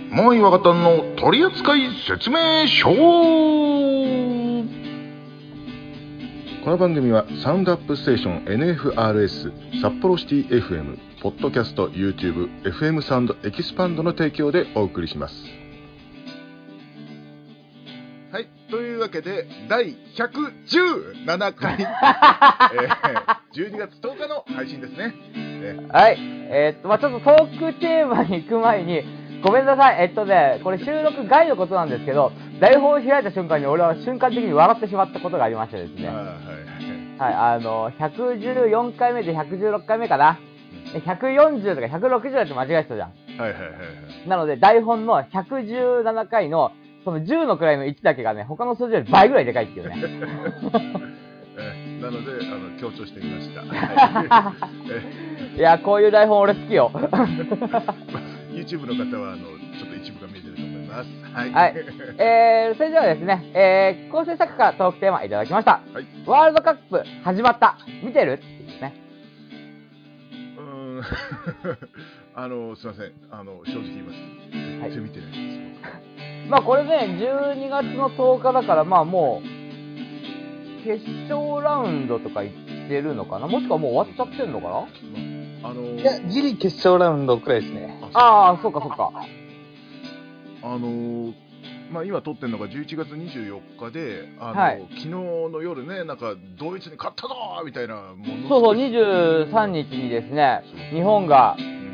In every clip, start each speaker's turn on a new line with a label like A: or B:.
A: もう岩方の取扱説明書。この番組はサウンドアップステーション NFRS 札幌シティ FM ポッドキャスト YouTube FM サウンドエキスパンドの提供でお送りします。はい、というわけで第117回、12月10日の配信ですね。
B: はい、ちょっとトークテーマに行く前にごめんなさい。これ収録外のことなんですけど、台本を開いた瞬間に俺は瞬間的に笑ってしまったことがありましてですね。はい、114回目で116回目かな。140とか160って間違えてたじゃん。なので台本の117回のその10のくらいの1だけがね、他の数字より倍ぐらいでかいっていうね。
A: なので強調してみました。
B: いや、こういう台本俺好きよ。
A: YouTube の方はちょっと一部が見えてると思います。はい。
B: はい。それではですね、構成作家からトークテーマいただきました。はい、ワールドカップ始まった。見てるっていうですね。
A: すいません。正直言います。全然見てないです。
B: まあこれね、12月の10日だから、まあもう、決勝ラウンドとか行ってるのかな、もしくはもう終わっちゃってるのかな。
C: いや、ギリ決勝ラウンドくらいですね。
B: ああ、そうかそうか。
A: まあ今撮ってるのが11月24日で、
B: はい、
A: 昨日の夜ね、なんかドイツに勝ったぞーみたいなもの。
B: そうそう、23日にですね、日本が、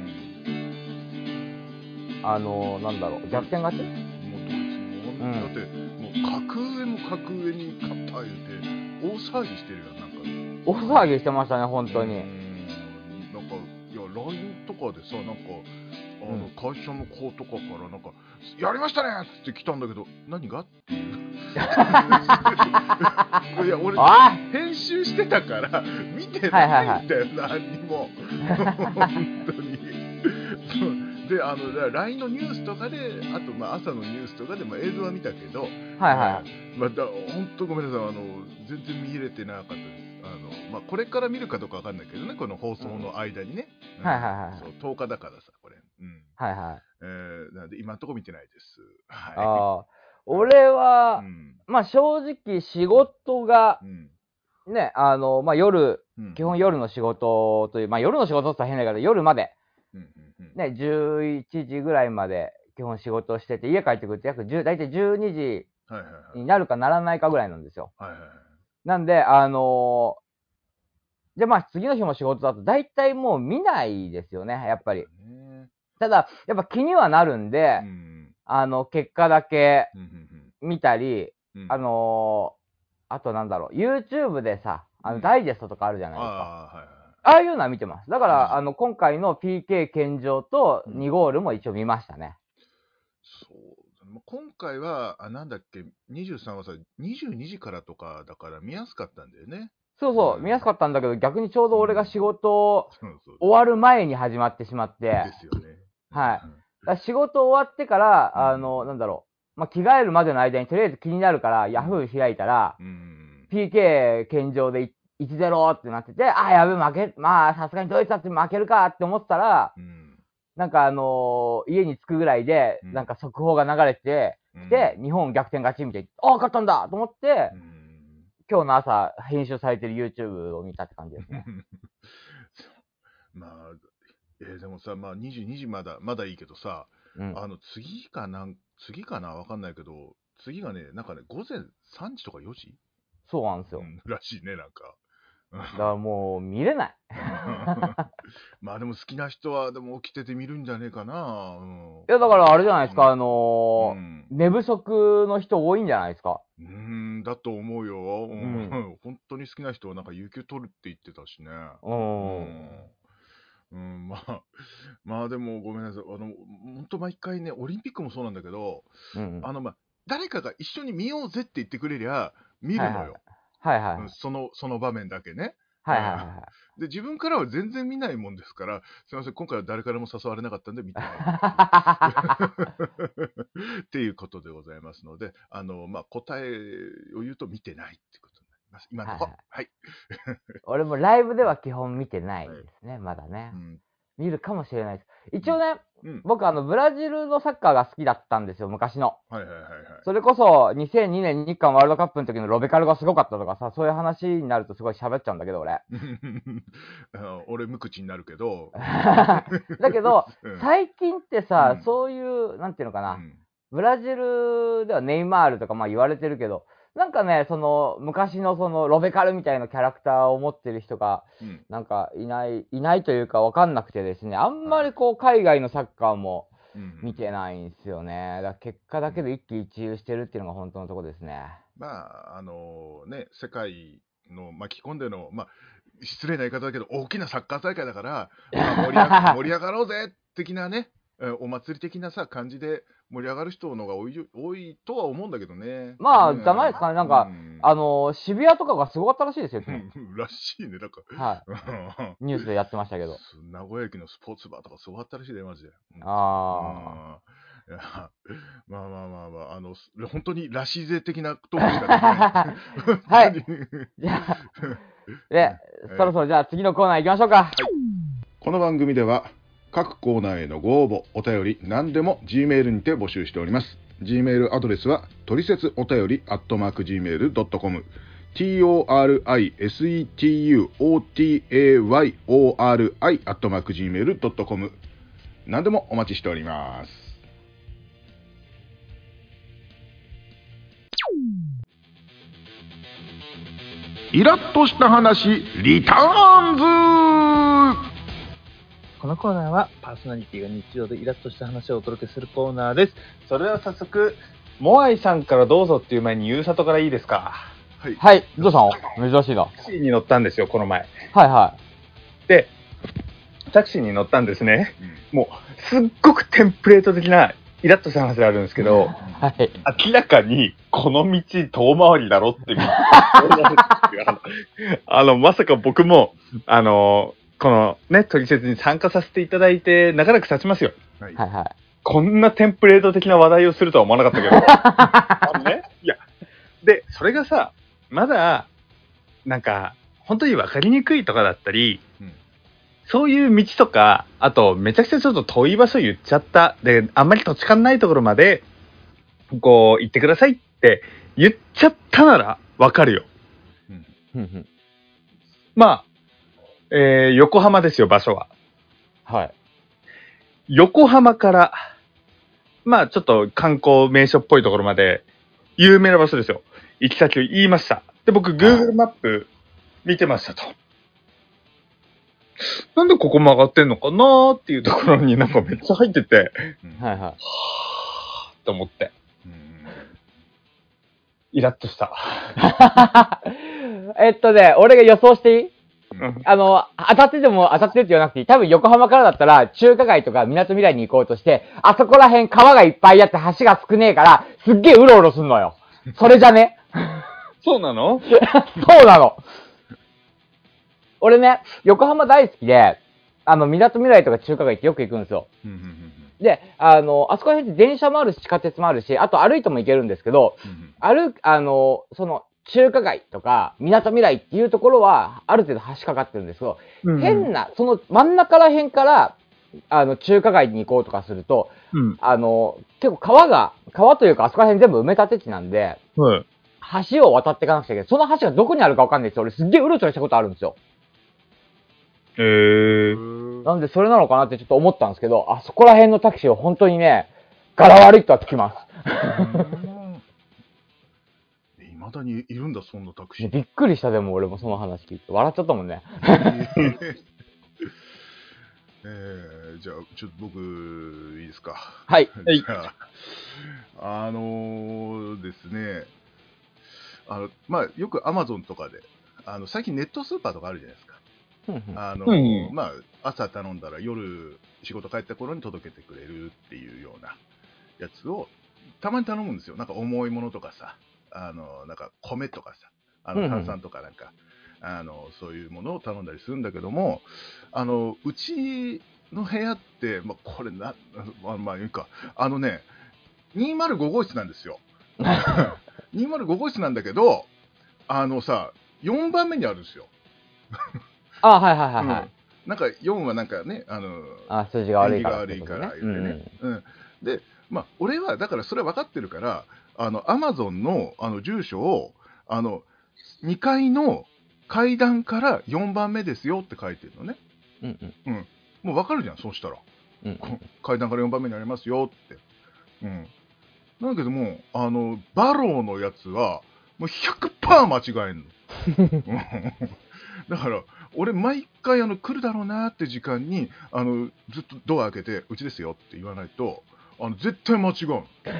B: なんだろう、逆転勝ち？
A: もうドイツも、だってもう格上も格上に勝った言うて大騒ぎしてるよ。なんか
B: 大騒ぎしてましたね、本当に。
A: なんかいや LINE とかでさ、なんか会社の子とかからなんかやりましたねって来たんだけど、何がっていう。いや俺編集してたから見てないんだよ、何にも。本当に。でLINE のニュースとかで、あと朝のニュースとかで映像は見たけど、本当ごめんなさい、全然見れてなかったです。これから見るかどうかわかんないけどね、この放送の間にね。そう10日だからさ、これ。なので今のところ見てないです。
B: 俺は、まあ正直仕事が、ね、夜、基本夜の仕事という、夜の仕事って言ったら変だけど、夜まで、ね、11時ぐらいまで基本仕事をしてて、家帰ってくると大体12時になるかならないかぐらいなんですよ。なんで、じゃあ次の日も仕事だと大体もう見ないですよね、やっぱり。ただ、やっぱ気にはなるんで、結果だけ見たり、あとなんだろう、YouTube でさ、ダイジェストとかあるじゃないですか。ああいうのは見てます。だから、今回の PK 献上と2ゴールも一応見ましたね。
A: そう。今回は、なんだっけ、23はさ、22時からとかだから見やすかったんだよね。
B: そうそう、見やすかったんだけど、逆にちょうど俺が仕事終わる前に始まってしまって。
A: ですよね。
B: はい。仕事終わってから、なんだろう、着替えるまでの間にとりあえず気になるから、ヤフー開いたら、PK 献上で1-0ってなってて、やべ、負け、さすがにドイツだって負けるかって思ったら、なんか家に着くぐらいで、なんか速報が流れてきて、日本逆転勝ちみたいに、勝ったんだと思って、今日の朝編集されてる YouTube を見たって感じですね。
A: でもさ、22時まだいいけどさ、次かなわかんないけど、次がね、なんかね、午前3時とか4時
B: そうなんですよ。
A: らしいね、なんか。
B: だからもう見れない。
A: でも好きな人はでも起きてて見るんじゃねえかな。
B: いやだからあれじゃないですか、寝不足の人多いんじゃないですか。
A: だと思うよ。本当に好きな人はなんか有給取るって言ってたしね。でもごめんなさい。本当毎回ね、オリンピックもそうなんだけど、誰かが一緒に見ようぜって言ってくれりゃ見るのよ。その場面だけね。で、自分からは全然見ないもんですから、すいません、今回は誰からも誘われなかったんで見てないっていうことでございますので、答えを言うと見てないってことになります。今のところ。はい。
B: 俺もライブでは基本見てないですね、まだね。見るかもしれないです。一応ね、 僕ブラジルのサッカーが好きだったんですよ、昔の。
A: はいはいはいはい。
B: それこそ2002年日韓ワールドカップの時のロベカルがすごかったとかさ、そういう話になるとすごい喋っちゃうんだけど、俺。
A: 俺無口になるけど。
B: だけど、最近ってさ、そういう、なんていうのかな、ブラジルではネイマールとかまあ言われてるけど、なんかね、その昔のそのロベカルみたいなキャラクターを持ってる人が、なんかいないというか分かんなくてですね、あんまりこう海外のサッカーも見てないんですよね。だから結果だけで一喜一憂してるっていうのが本当のところですね。
A: まあ、ね、世界の巻き込んでの、まあ、失礼な言い方だけど、大きなサッカー大会だから、まあ、盛り上がろうぜ的なね、お祭り的なさ、感じで盛り上がる人の方が多いとは思うんだけどね。
B: まあ、じゃないですかね。なんか、渋谷とかがすごかったらしいですよ、
A: らしいね、なんか。
B: はい。ニュースでやってましたけど。
A: 名古屋駅のスポーツバーとかすごかったらしいね、マジで。
B: ああ。
A: いや、まあまあまあまあ、本当にらしいぜ的なトークしかできない。
B: はい。じゃあ、そろそろじゃあ次のコーナー行きましょうか。はい。
A: この番組では、各コーナーへのご応募、お便り、何でも Gmail にて募集しております。Gmail アドレスは、トリセツお便り@gmail.com、TORISETUOTAYORI@gmail.com、何でもお待ちしております。イラッとした話、リターンズ。
C: このコーナーはパーソナリティが日常でイラッとした話をお届けするコーナーです。それでは早速、モアイさんからどうぞっていう前にゆうさとからいいですか。
B: はい。はい、どうしたの？珍しいな。
C: タクシーに乗ったんですよ、この前。
B: はいはい。
C: で、タクシーに乗ったんですね。もう、すっごくテンプレート的なイラッとした話があるんですけど、
B: はい、
C: 明らかにこの道遠回りだろってまさか僕もこのねトリセツに参加させていただいて長らく経ちますよ。
B: はいはい。
C: こんなテンプレート的な話題をするとは思わなかったけど、ね、いやでそれがさまだなんか本当に分かりにくいとかだったり。そういう道とか、あと、めちゃくちゃちょっと遠い場所言っちゃった。で、あんまり土地勘ないところまで、こう、行ってくださいって言っちゃったなら、わかるよ。まあ、横浜ですよ、場所は。
B: はい。
C: 横浜から、まあ、ちょっと観光名所っぽいところまで、有名な場所ですよ。行き先を言いました。で、僕、Google マップ見てましたと。なんでここ曲がってんのかなーっていうところになんかめっちゃ入ってて、
B: はいはい。
C: はぁーと思って。イラッとした。
B: 俺が予想していい？当たってても当たってるって言わなくていい。多分横浜からだったら中華街とか港未来に行こうとして、あそこら辺川がいっぱいあって橋が少ねえから、すっげえうろうろすんのよ。それじゃね？
C: そうなの？
B: そうなの。俺ね、横浜大好きで、港未来とか中華街ってよく行くんですよ。で、あそこら辺って電車もあるし、地下鉄もあるし、あと歩いても行けるんですけど、その、中華街とか、港未来っていうところは、ある程度橋かかってるんですけど、変な、その真ん中ら辺から、中華街に行こうとかすると、結構川というか、あそこら辺全部埋め立て地なんで、橋を渡っていかなくちゃいけない。その橋がどこにあるかわかんないですよ。俺すっげえうろちょろしたことあるんですよ。なんでそれなのかなってちょっと思ったんですけど、あそこら辺のタクシーは本当にね、柄悪い人はつきます。
A: 未だにいるんだ、そんなタクシー。
B: びっくりした、でも俺もその話聞いて。笑っちゃったもんね。
A: じゃあ、ちょっと僕、いいですか。
B: はい。
A: じゃあ、ですね、まあ、よく Amazon とかで、最近ネットスーパーとかあるじゃないですか。まあ、朝頼んだら夜仕事帰った頃に届けてくれるっていうようなやつをたまに頼むんですよ。なんか重いものとかさ、なんか米とかさ、炭酸とかなんか、そういうものを頼んだりするんだけども、うちの部屋って、まあ、これまあいいか、205号室なんですよ。205号室なんだけど、さ、4番目にあるんですよ。
B: あ、はいはいはいはい。
A: なんか4はなんかね、
B: 数字が悪いから、
A: 言ってね。で、まあ、俺は、だからそれは分かってるから、アマゾンの、住所を、2階の階段から4番目ですよって書いてるのね。もう分かるじゃん、そうしたら。階段から4番目になりますよって。だけども、バローのやつは、もう 100% 間違えんの。だから、俺、毎回来るだろうなって時間に、ずっとドア開けて、うちですよって言わないと、絶対間違う。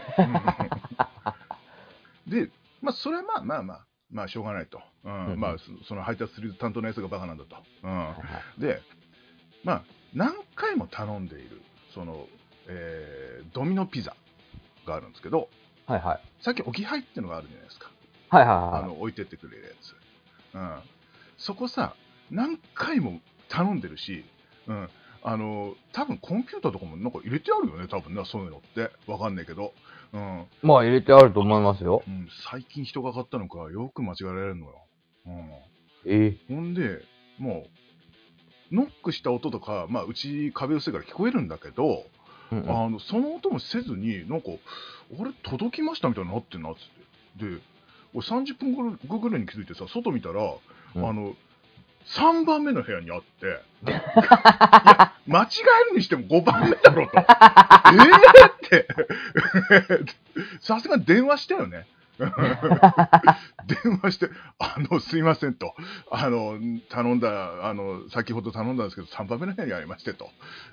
A: で、まあ、それはまあ、しょうがないと。まあ、その配達する担当のやつがバカなんだと。で、まあ、何回も頼んでいる、ドミノピザがあるんですけど、さっき置き配っていうのがあるじゃないですか。置いてってくれるやつ。そこさ、何回も頼んでるし、多分コンピューターとかもなんか入れてあるよね、多分ね、そういうのって。わかんないけど。
B: まあ入れてあると思いますよ。
A: 最近人が買ったのか、よく間違えられるのよ。ほんで、もう、ノックした音とか、まあ、うち壁薄いから聞こえるんだけど、その音もせずに、なんか、あれ、届きましたみたいになってんなっつって。で、俺30分後ぐらいに気づいてさ、外見たら、3番目の部屋にあって、いや、間違えるにしても5番目だろと。ってさすがに電話したよね。電話して、すいませんと、先ほど頼んだんですけど、3番目の部屋にありましてと。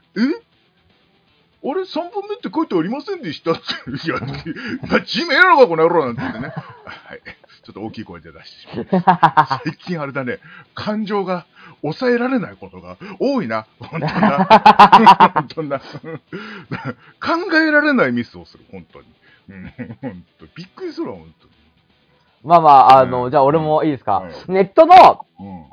A: あれ、3番目って書いてありませんでしたって。いや、地名やろか、この野郎なんて言ってね。はい。ちょっと大きい声で出してしまう。最近あれだね、感情が抑えられないことが多いな。本当な。考えられないミスをする、本当に。本当びっくりするわ、本当に。
B: まあまあ、じゃあ俺もいいですか。ネットの、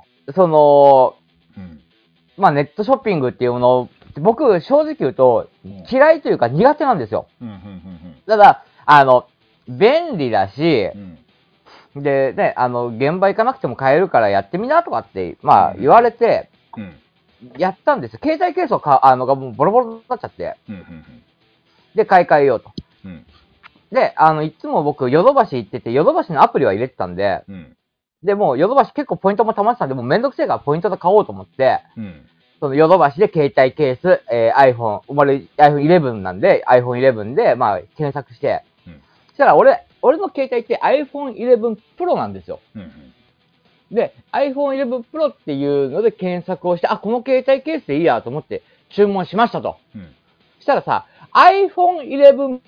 B: まあネットショッピングっていうものを、僕、正直言うと、嫌いというか苦手なんですよ。ただ、便利だし、で、ね、現場行かなくても買えるからやってみなとかって、まあ言われて、やったんですよ。携帯ケースがもうボロボロになっちゃって、で、買い替えようと。で、いつも僕、ヨドバシ行ってて、ヨドバシのアプリは入れてたんで、で、もうヨドバシ結構ポイントも溜まってたんで、もうめんどくせえからポイントで買おうと思って、そのヨドバシで携帯ケース、iPhone 11なんで、iPhone 11で、まあ、検索して、そしたら俺の携帯って iPhone 11 Pro なんですよ。で、iPhone 11 Pro っていうので検索をして、あ、この携帯ケースでいいやと思って注文しましたと。そしたらさ、iPhone 11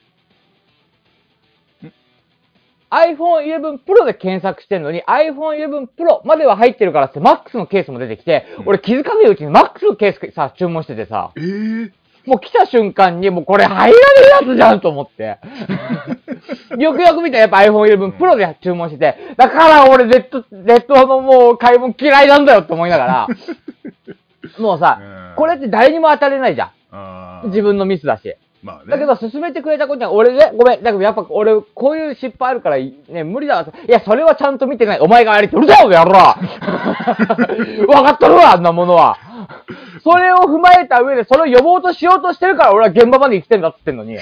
B: Pro で検索してんのに iPhone 11 Pro までは入ってるからって MAX のケースも出てきて、俺気づかないうちに MAX のケースさ、注文しててさ、もう来た瞬間にもうこれ入らねえやつじゃんと思って。よくよく見たらやっぱ iPhone 11 Pro で注文してて、だから俺ネットのもう買い物嫌いなんだよって思いながら、もうさ、これって誰にも当たれないじゃん。自分のミスだし。まあね、だけど、勧めてくれたことは、俺ね、ごめん。だけど、やっぱ、俺、こういう失敗あるから、ね、無理だわ。いや、それはちゃんと見てない。お前がやりって、うるさいよ、やろわかっとるわ、あんなものは。それを踏まえた上で、それを呼ぼうとしようとしてるから、俺は現場まで生きてんだって言ってんのに。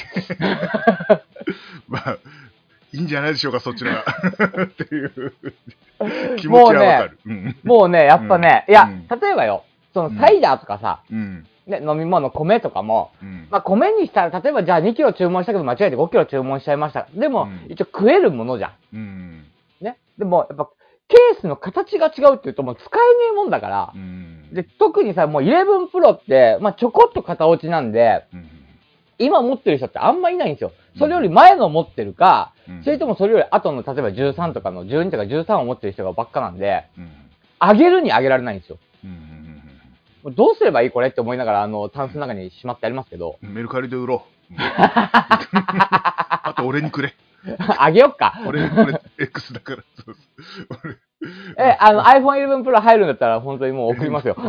B: ま
A: あ、いいんじゃないでしょうか、そっちのが。っていう気持ちはわかる。
B: もうね、やっぱね、いや、例えばよ、そのサイダーとかさ、で、飲み物、米とかも、まあ、米にしたら、例えばじゃあ2キロ注文したけど間違えて5キロ注文しちゃいました。でも、一応食えるものじゃん。ね。でも、やっぱ、ケースの形が違うって言うともう使えねえもんだから、で、特にさ、もう11 Pro って、まあ、ちょこっと型落ちなんで、今持ってる人ってあんまいないんですよ。それより前の持ってるか、それともそれより後の、例えば13とかの12とか13を持ってる人がばっかなんで、上げるに上げられないんですよ。どうすればいいこれって思いながら、タンスの中にしまってありますけど。
A: メルカリで売ろう。あと俺にくれ。
B: あげよっか。
A: 俺、これ、X だから。そう
B: iPhone 11 Pro 入るんだったら、本当にもう送りますよ。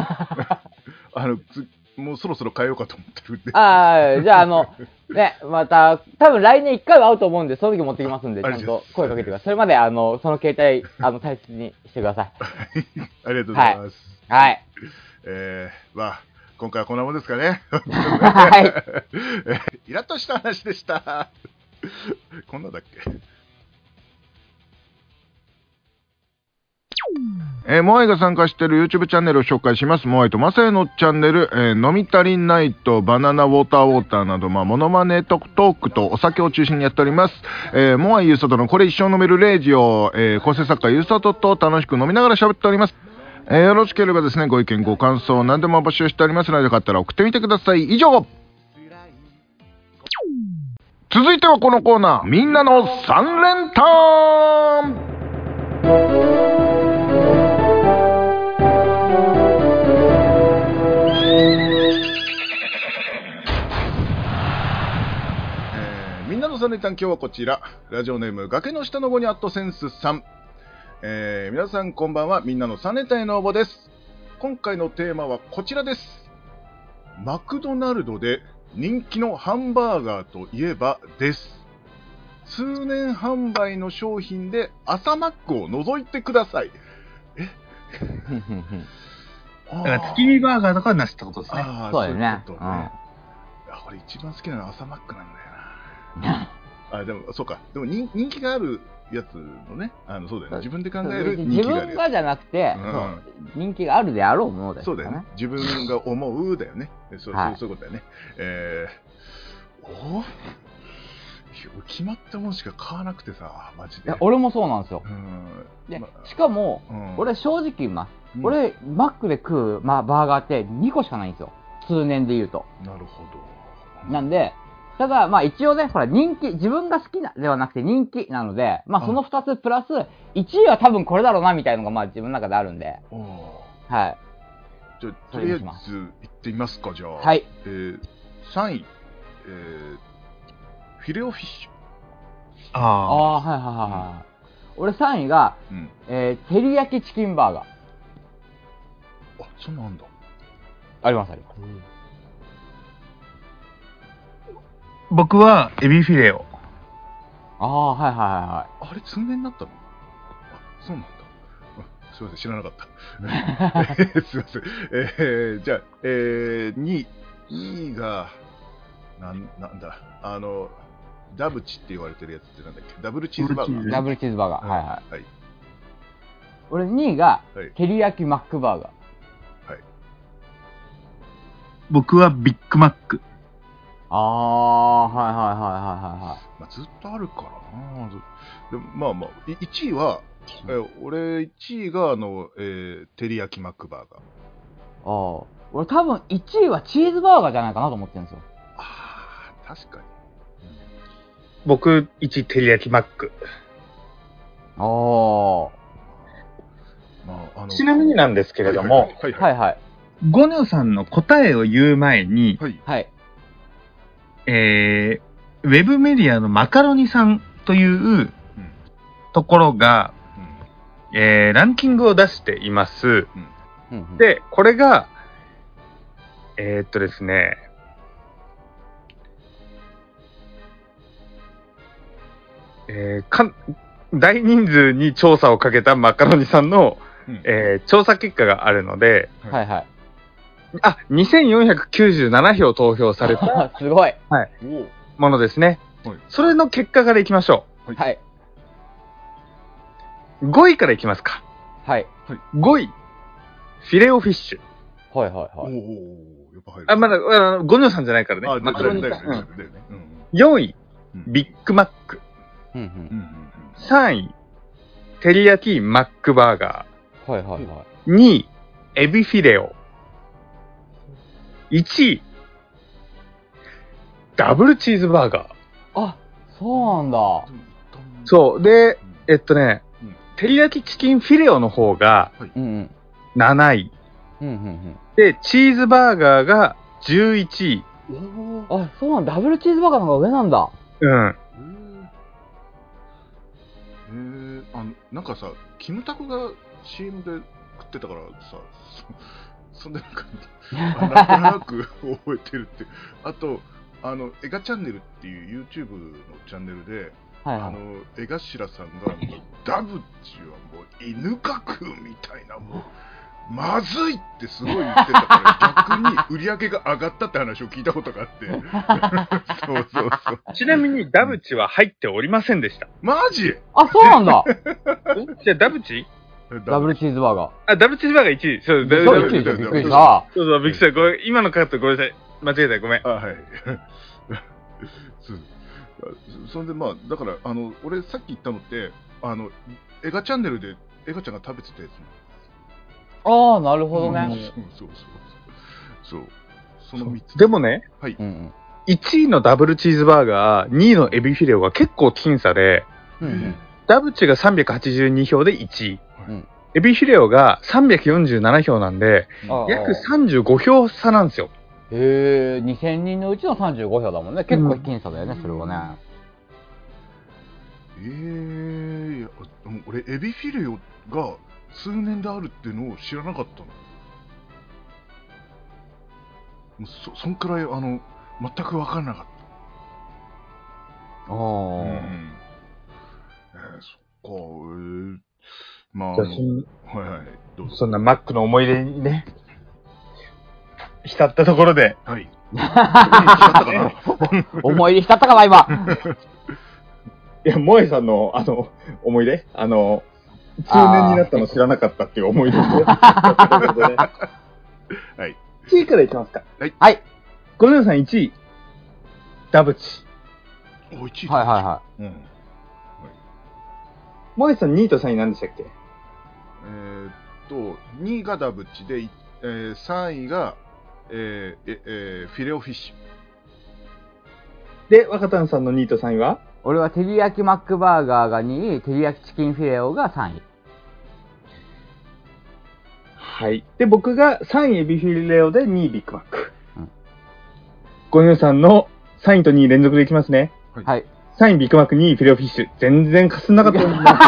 A: もうそろそろ変えようかと思ってるんで。
B: じゃあね、また、多分来年1回は会うと思うんで、その時持ってきますんで、ちゃんと声かけてください。それまで、その携帯、大切にしてください。
A: ありがとうございます。
B: はい。
A: 今回はこんなもんですかね。
B: はい。
A: イラッとした話でした。こんなだっけ。モアイが参加している YouTube チャンネルを紹介します。モアイとマサヤのチャンネル、飲み足りないとバナナウォーターなど、モノマネトークとお酒を中心にやっております。モアイユーサトのこれ一生飲めるレイジを、構成作家ユーサトと楽しく飲みながら喋っております。よろしければですね、ご意見ご感想何でも募集しておりますので、よかったら送ってみてください。以上。続いてはこのコーナー、みんなの3連単。みんなの3連単、今日はこちら。ラジオネーム崖の下の子にアットセンスさん。皆さんこんばんは。みんなの3連単への応募です。今回のテーマはこちらです。マクドナルドで人気のハンバーガーといえばです。通年販売の商品で朝マックを除いてください。
C: だから月見バーガーとかはなしってことですね。
B: そうだよね。
A: これ一番好きなのは朝マックなんだよな。でもそうか。でも人気があるやつのね、そうだよね。自分で考える人気があるやつ。
B: 自分がじゃなくて、人気があるであろうものだよね。
A: そうだよね。自分が思うだよね。そういうことだよね。決まったものしか買わなくてさ、マジで。
B: 俺もそうなんですよ。でしかも、俺正直言います。俺、マックで食う、バーガーって2個しかないんですよ。通年で言うと。
A: なるほど。
B: なんで、ただ、一応ね、ほら、人気、自分が好きな、ではなくて人気なので、その2つプラス、1位は多分これだろうな、みたいなのが、自分の中であるんで。はい。
A: じゃあ、とりあえず、行ってみますか、じゃあ。
B: はい。
A: 3位、フィレオフィッシュ。
B: はい。俺3位が、照り焼きチキンバーガー。
A: そうなんだ。
B: あります。
C: 僕はエビフィレオ。
B: はい。
A: あれ通年になったの？そうなんだ。すいません、知らなかった。すいません。じゃあ、2位がなんだ、ダブチって言われてるやつってなんだっけ？ダブルチーズバーガー。
B: ダブルチーズバーガー。はい。俺2位が照り焼きマックバーガー。
A: はい。
C: 僕はビッグマック。
B: はい。
A: ずっとあるからな。でも1位は、俺1位が照り焼きマックバーガー。
B: 俺多分1位はチーズバーガーじゃないかなと思ってるんですよ。
A: 確かに。
C: 僕1位照り焼きマック。ちなみになんですけれども、ゴニョさんの答えを言う前に、
B: はい。
C: ウェブメディアのマカロニさんというところが、ランキングを出しています。で、これが、ですね、大人数に調査をかけたマカロニさんの、調査結果があるので、2497票投票された
B: すごい、
C: ものですね。それの結果からいきましょう。
B: はい。
C: 5位からいきますか。
B: はい。
C: 5位、フィレオフィッシュ。
A: やっぱ入る。
C: まだ、ゴニョさんじゃないからね。マカロニさん。4位、ビッグマック。3位、照り焼きマックバーガー。2位、エビフィレオ。1位、ダブルチーズバーガ
B: ー。そうなんだ。
C: そう。で、照り焼きチキンフィレオの方が7位。で、チーズバーガーが11位。
B: そうなんだ。ダブルチーズバーガーの方が上なんだ。
A: なんかさ、キムタクが CM で食ってたからさ、そんななんとなく覚えてるって。あと、エガチャンネルっていう YouTube のチャンネルで、江頭さんがダブチはもう犬かくみたいな、もうまずいってすごい言ってたから逆に売り上げが上がったって話を聞いたことがあってそうそうそう。
C: ちなみにダブチは入っておりませんでした。
A: マジ？
B: あ、そうなんだ。
C: じゃあダブチ？
B: ダブルチーズバーガー。
C: あ、ダブルチーズバーガー1位。そう、
B: 1位でびっくりした。
C: そう、びっくりした。ごめん、今のカットごめんなさい。間違えた、ごめん。
A: あ、はい。それでまあ、だから、俺さっき言ったのって、映画チャンネルで映画ちゃんが食べてたやつ。
B: ああ、なるほどね。
A: そう。その3つ。
C: でもね、
A: はい。
C: 1位のダブルチーズバーガー、2位のエビフィレオが結構僅差で、ダブチが382票で1位。エビフィレオが347票なんで、約35票差なんですよ。
B: へえ、2000人のうちの35票だもんね。結構僅差だよね、それはね。
A: 俺、エビフィレオが数年であるっていうのを知らなかったの。もうそんくらい、全く分からなかった。そっか、まあ、はいはい、
C: どうぞ。そんなマックの思い出にね、浸ったところで。
A: はい。
B: 思い出浸ったかな、今。
C: いや、萌えさんの、思い出数年になったの知らなかったっていう思い出ですね。はい。1位からいきますか。
B: はい。
C: ゴルフさん1位。ダブチ。
A: お、1位。
B: はいはいはい。
C: 萌えさん2位と3位何でしたっけ
A: ？2位がダブチで、3位が、フィレオフィッシ
C: ュ。で、若田さんの2位と3位は？
B: 俺は照り焼きマックバーガーが2位、照り焼きチキンフィレオが3位。
C: はい。で、僕が3位エビフィレオで2位ビッグマック。ゴニョさんの3位と2位連続でいきますね。
B: はい。
C: 3位ビッグマック、2位フィレオフィッシュ。全然かすんなかったんだ。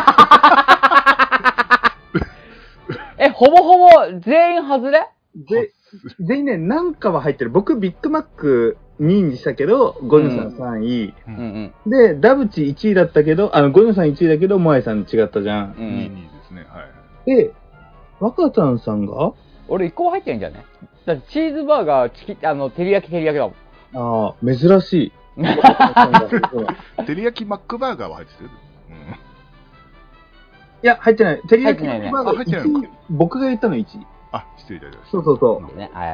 B: ほぼほぼ全員外れ？
C: 全員ね、なんかは入ってる。僕、ビッグマック2位にしたけど、ゴニョさん3位。で、ダブチ1位だったけど、ゴニョさん1位だけど、モアイさん違ったじゃん。
A: 2位ですね。はい。
C: で、若田さんが
B: 俺1個も入ってんじゃね？だってチーズバーガー、照り焼きだもん。
C: ああ、珍しい。
A: 照り焼きマックバーガーは入ってる？
C: いや、入ってない。照り焼き
A: マックバーガー入ってないのか。
C: 僕が言ったの1位。
A: あ、失礼いたしました。
C: そう。
B: ね、はい。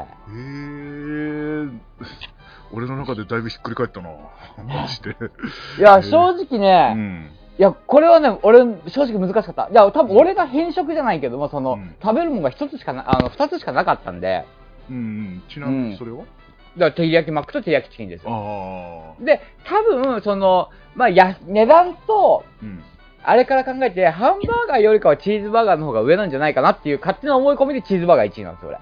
A: 俺の中でだいぶひっくり返ったな。マジで。
B: いや、正直ね、いや、これはね、俺、正直難しかった。いや、多分俺が偏食じゃないけども、食べるものが2つしかなかったんで。
A: ちなみにそれは？
B: だから照り焼きマックと照り焼きチキンですよ。で、多分、まあ、値段と、あれから考えて、ハンバーガーよりかはチーズバーガーの方が上なんじゃないかなっていう勝手な思い込みでチーズバーガー1位なんですよ、俺。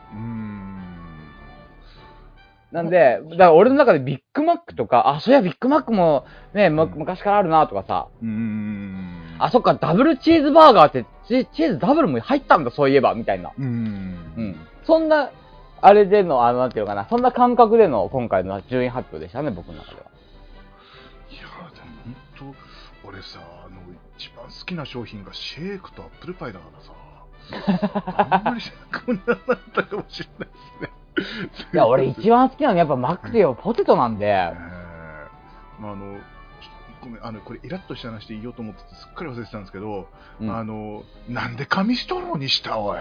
B: なんで、だから俺の中でビッグマックとか、そういやビッグマックもね、昔からあるなとかさ。そっか、ダブルチーズバーガーってチーズダブルも入ったんだ、そういえば、みたいな。そんな、あれでの、なんていうのかな、そんな感覚での今回の順位発表でしたね、僕の中では。
A: いやー、でも本当、俺さ、一番好きな商品がシェイクとアップルパイだからさ、あんまりこんなだったかもしれないですね。
B: いや、俺一番好きなのやっぱマックでよ、ポテトなんで。
A: まあごめん、これイラッとした話で言おうと思っててすっかり忘れてたんですけど、なんで紙ストローにしたおい。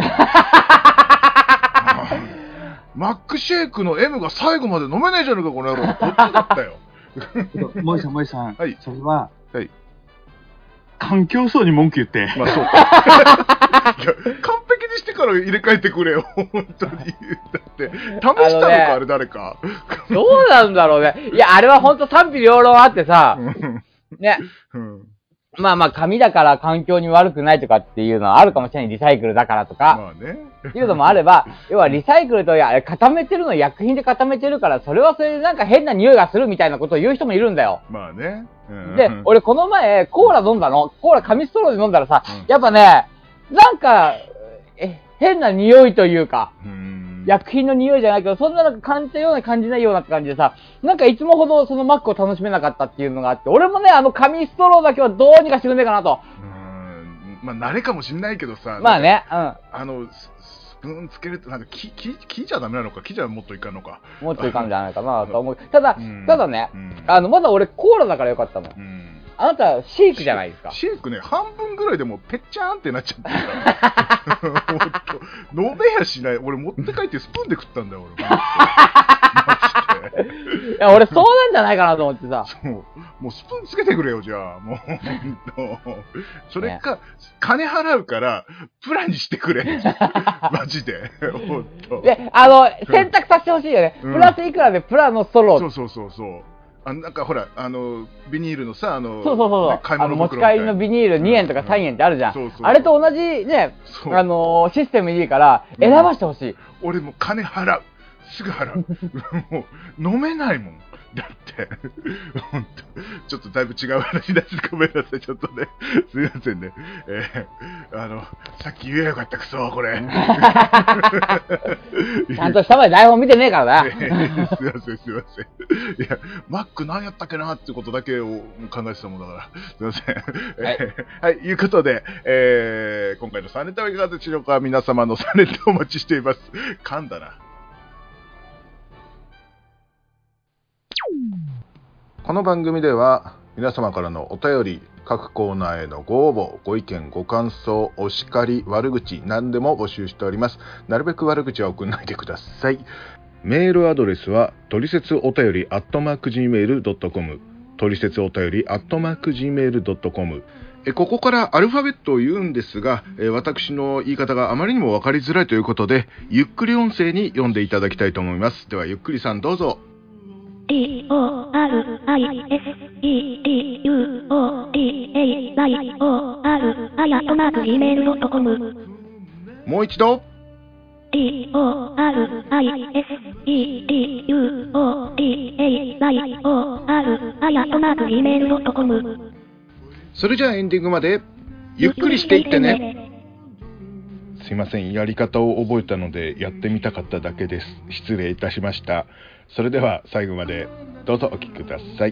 A: マックシェイクの M が最後まで飲めないじゃねえかこの野郎。こっちだったよ。
C: 萌さん、
A: はい、
C: それは、
A: はい、
C: 環境省に文句言って。
A: まあそうか。いや、完璧にしてから入れ替えてくれよ、本当に。だって、試したのか、あれ誰か。
B: どうなんだろうね。いや、あれは本当賛否両論あってさ、ね。まあまあ、紙だから環境に悪くないとかっていうのはあるかもしれない。リサイクルだからとか。
A: まあね。
B: いうのもあれば、要はリサイクルとあれ固めてるの薬品で固めてるから、それはそれでなんか変な匂いがするみたいなことを言う人もいるんだよ。
A: まあね。
B: で、俺この前、コーラ飲んだの。コーラ紙ストローで飲んだらさ、やっぱね、なんか、変な匂いというか、薬品の匂いじゃないけど、そんなの感じたような感じないようなって感じでさ、なんかいつもほどそのマックを楽しめなかったっていうのがあって、俺もね、紙ストローだけはどうにかしてくんねえかなと。
A: まあ慣れかもしんないけどさ、
B: まあね、
A: スプーンつけるって、なんか木じゃダメなのか、木じゃもっといかんのか。
B: もっといかんじゃないかなと思う。ただね、まだ俺コーラだからよかったもん。あなた、シェイクじゃないですか。
A: シェイクね、半分ぐらいでもうぺっちゃーんってなっちゃってるから。飲めやしない。俺持って帰ってスプーンで食ったんだよ、俺。マジで。
B: いや、俺そうなんじゃないかなと思ってさ。
A: そう。もうスプーンつけてくれよ、じゃあ。もう、それか、金払うから、プラにしてくれ。マジで。ほんと。
B: で、選択させてほしいよね。プラスいくらでプラのソロ。
A: そう。なんかほら、ビニールのさ、
B: そう買い物持ち帰りのビニール2円とか3円ってあるじゃん。あれと同じね、システムいいから、選ばしてほしい。
A: 俺も金払う。すぐ払う。もう、飲めないもん。だって、ほんと、ちょっとだいぶ違う話になってごめんなさい、ちょっとね。すいませんね。さっき言えばよかった、くそ、これ。ち
B: ゃんと下まで台本見てねえからな。
A: すいません。いや、マック何やったっけなってことだけを考えてたもんだから。すいません。はい、いうことで、今回の3ネタはいかがでしょうか。皆様の3ネタお待ちしています。噛んだな。この番組では皆様からのお便り、各コーナーへのご応募、ご意見、ご感想、お叱り、悪口、何でも募集しております。なるべく悪口は送らないでください。メールアドレスはトリセツお便り@gmail.com、トリセツお便り@gmail.com。ここからアルファベットを言うんですが、私の言い方があまりにも分かりづらいということで、ゆっくり音声に読んでいただきたいと思います。ではゆっくりさんどうぞ。TORISETORIALI@gmail.com。 もう一度。TORISETORIALI@gmail.com。 それじゃあエンディングまでゆっくりしていってね。すいません、やり方を覚えたのでやってみたかっただけです。失礼いたしました。それでは最後までどうぞお聞きください。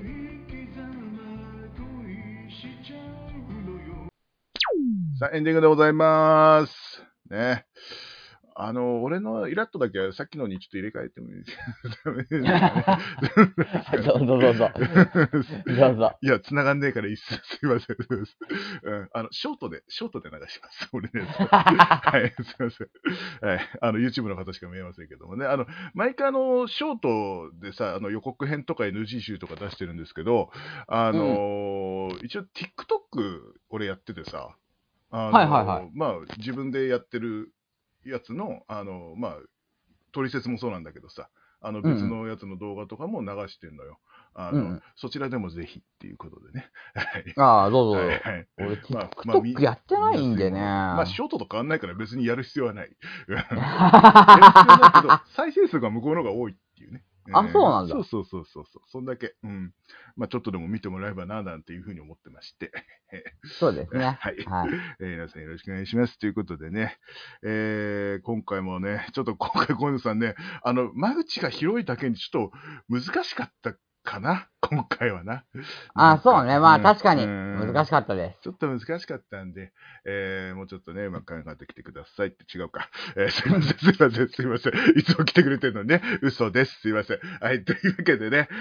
A: さあエンディングでございますね。俺のイラッとだけはさっきのにちょっと入れ替えてもいいですか？
B: どうぞ。
A: いや、繋がんねえからいいっす。すいません。ショートで流します。俺ね。はい、すいません。はい。YouTube の方しか見えませんけどもね。毎回ショートでさ、予告編とか NG 集とか出してるんですけど、一応 TikTok 俺やっててさ、まあ、自分でやってるやつの、まあ、トリセツもそうなんだけどさ、別のやつの動画とかも流してんのよ。そちらでもぜひっていうことでね。
B: ああ、どうぞ。はい、俺、TikTok やってないんでね。
A: まあ、ショートと変わんないから別にやる必要はない。やる必要だけど、再生数が向こうの方が多いっていうね。
B: あ、そうなんだ。
A: そう。そんだけ。まあ、ちょっとでも見てもらえばな、なんていうふうに思ってまして。
B: そうですね。
A: はい。皆さんよろしくお願いします。ということでね、今回もね、ちょっと今回、小野さんね、間口が広いだけにちょっと難しかったかな、今回はな。
B: そうね。まあ、確かに難しかったです。
A: ちょっと難しかったんで、もうちょっとね、考えてきてくださいって違うか。すいません。いつも来てくれてるのにね、嘘です。すいません。はい、というわけでね、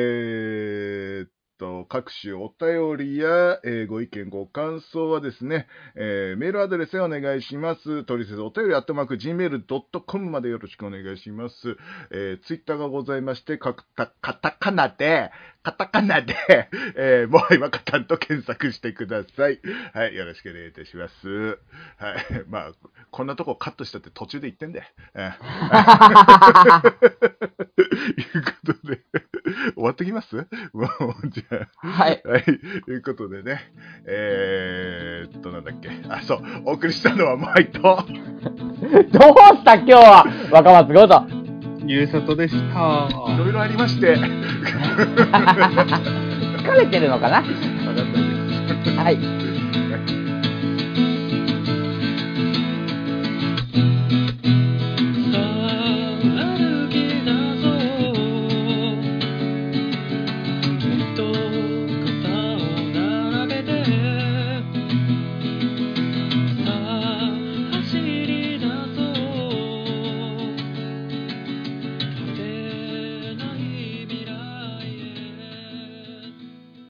A: 各種お便りや、ご意見ご感想はですね、メールアドレスへお願いします。トリセツお便り@gmail.com までよろしくお願いします。ツイッターがございまして、カタカナで、もう今かたんと検索してください。はい、よろしくお願いいたします。はい、まあ、こんなとこカットしたって途中で言ってんだよ。いうことで、終わってきます？もう、じゃあ。
B: はい。
A: はい、ということでね、なんだっけ。お送りしたのはマイと。どう
B: した今日は、若松ゴート。
C: ゆうさとでした。
A: いろいろありまして。
B: 疲れてるのかな？
A: 分かったです。
B: はい。